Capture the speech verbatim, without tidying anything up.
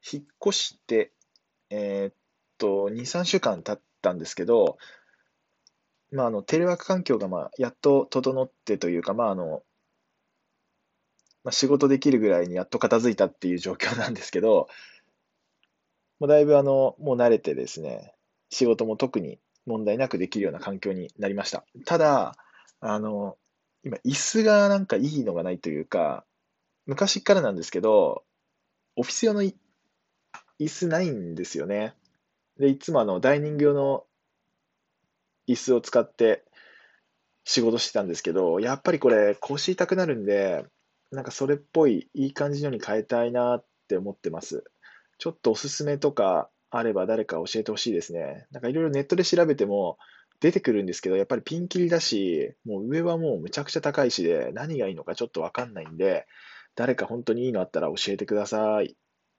引っ越して、えーっと、に、さんしゅうかん経ったんですけど、まあ、あの、テレワーク環境が、まあ、やっと整ってというか、まあ、あの、まあ、仕事できるぐらいにやっと片付いたっていう状況なんですけど、もうだいぶ、あの、もう慣れてですね、仕事も特に問題なくできるような環境になりました。ただ、あの、今、椅子がなんかいいのがないというか、昔からなんですけど、オフィス用のい椅子ないんですよね。で、いつもあの、ダイニング用の椅子を使って仕事してたんですけど、やっぱりこれ腰痛くなるんで、なんかそれっぽいいい感じのに変えたいなって思ってます。ちょっとおすすめとかあれば誰か教えてほしいですね。なんかいろいろネットで調べても出てくるんですけど、やっぱりピンキリだし、もう上はもうむちゃくちゃ高いしで何がいいのかちょっとわかんないんで、誰か本当にいいのあったら教えてください。